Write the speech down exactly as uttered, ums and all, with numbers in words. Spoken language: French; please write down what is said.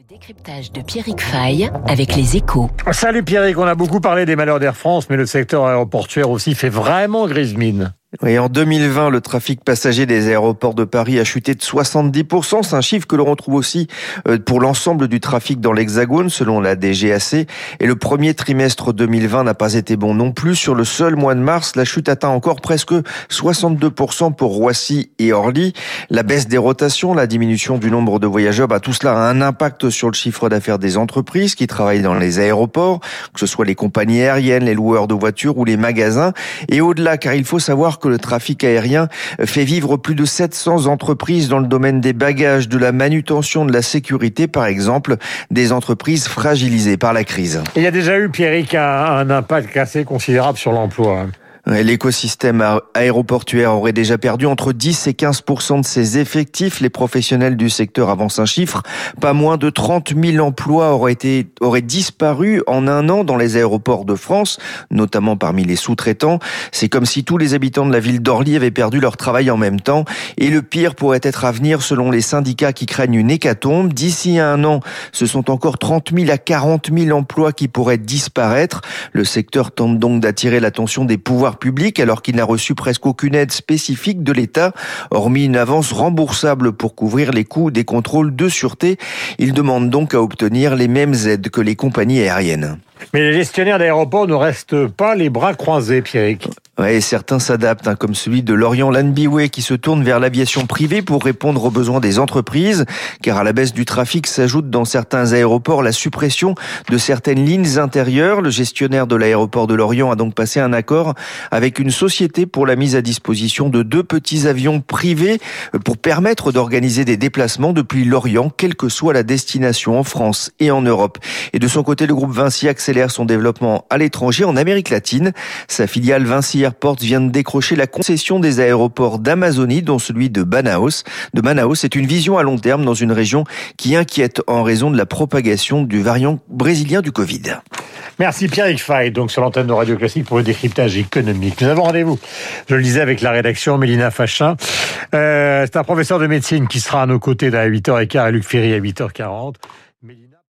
Décryptage de Pierrick Fay avec les Échos. Salut Pierrick, on a beaucoup parlé des malheurs d'Air France, mais le secteur aéroportuaire aussi fait vraiment grise mine. Oui, en deux mille vingt, le trafic passager des aéroports de Paris a chuté de soixante-dix pour cent. C'est un chiffre que l'on retrouve aussi pour l'ensemble du trafic dans l'Hexagone, selon la D G A C. Et le premier trimestre deux mille vingt n'a pas été bon non plus. Sur le seul mois de mars, la chute atteint encore presque soixante-deux pour cent pour Roissy et Orly. La baisse des rotations, la diminution du nombre de voyageurs, bah, tout cela a un impact sur le chiffre d'affaires des entreprises qui travaillent dans les aéroports, que ce soit les compagnies aériennes, les loueurs de voitures ou les magasins. Et au-delà, car il faut savoir que le trafic aérien fait vivre plus de sept cents entreprises dans le domaine des bagages, de la manutention, de la sécurité, par exemple, des entreprises fragilisées par la crise. Il y a déjà eu, Pierrick, un, un impact assez considérable sur l'emploi. L'écosystème aéroportuaire aurait déjà perdu entre dix et quinze pour cent de ses effectifs. Les professionnels du secteur avancent un chiffre. Pas moins de trente mille emplois auraient été, auraient disparu en un an dans les aéroports de France, notamment parmi les sous-traitants. C'est comme si tous les habitants de la ville d'Orly avaient perdu leur travail en même temps. Et le pire pourrait être à venir selon les syndicats qui craignent une hécatombe. D'ici à un an, ce sont encore trente mille à quarante mille emplois qui pourraient disparaître. Le secteur tente donc d'attirer l'attention des pouvoirs public alors qu'il n'a reçu presque aucune aide spécifique de l'État, hormis une avance remboursable pour couvrir les coûts des contrôles de sûreté. Il demande donc à obtenir les mêmes aides que les compagnies aériennes. Mais les gestionnaires d'aéroports ne restent pas les bras croisés, Pierrick. Ouais, certains s'adaptent, hein, comme celui de Lorient Land Byway qui se tourne vers l'aviation privée pour répondre aux besoins des entreprises, car à la baisse du trafic s'ajoute dans certains aéroports la suppression de certaines lignes intérieures. Le gestionnaire de l'aéroport de Lorient a donc passé un accord avec une société pour la mise à disposition de deux petits avions privés pour permettre d'organiser des déplacements depuis Lorient, quelle que soit la destination en France et en Europe. Et de son côté, le groupe Vinci accélère son développement à l'étranger, en Amérique latine. Sa filiale Vinci Airports vient de décrocher la concession des aéroports d'Amazonie, dont celui de Manaus. De Manaus, c'est une vision à long terme dans une région qui inquiète en raison de la propagation du variant brésilien du Covid. Merci Pierrick Fay, donc sur l'antenne de Radio Classique pour le décryptage économique. Nous avons rendez-vous, je le disais, avec la rédaction, Mélina Fachin. Euh, c'est un professeur de médecine qui sera à nos côtés à huit heures quinze et Luc Ferry à huit heures quarante.